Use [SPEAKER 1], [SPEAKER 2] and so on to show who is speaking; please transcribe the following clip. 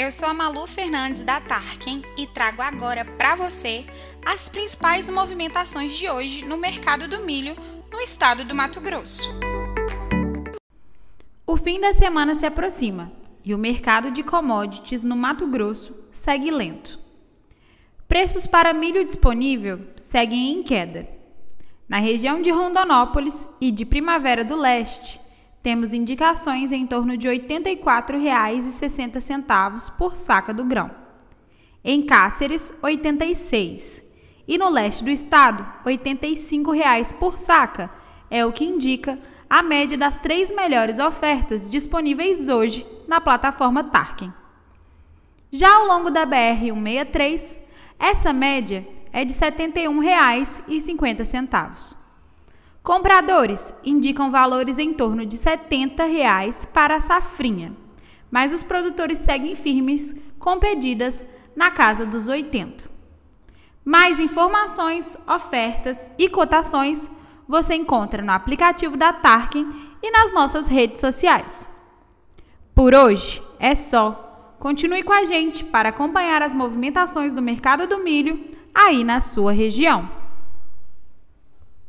[SPEAKER 1] Eu sou a Malu Fernandes da Tarkin e trago agora para você as principais movimentações de hoje no mercado do milho no estado do Mato Grosso.
[SPEAKER 2] O fim da semana se aproxima e o mercado de commodities no Mato Grosso segue lento. Preços para milho disponível seguem em queda. Na região de Rondonópolis e de Primavera do Leste, temos indicações em torno de R$ 84,60 por saca do grão. Em Cáceres, R$ 86. E no leste do estado, R$ 85 por saca, é o que indica a média das 3 melhores ofertas disponíveis hoje na plataforma Tarkin. Já ao longo da BR-163, essa média é de R$ 71,50. Compradores indicam valores em torno de R$ 70 para a safrinha, mas os produtores seguem firmes com pedidas na casa dos 80. Mais informações, ofertas e cotações você encontra no aplicativo da Tarkin e nas nossas redes sociais. Por hoje é só. Continue com a gente para acompanhar as movimentações do mercado do milho aí na sua região.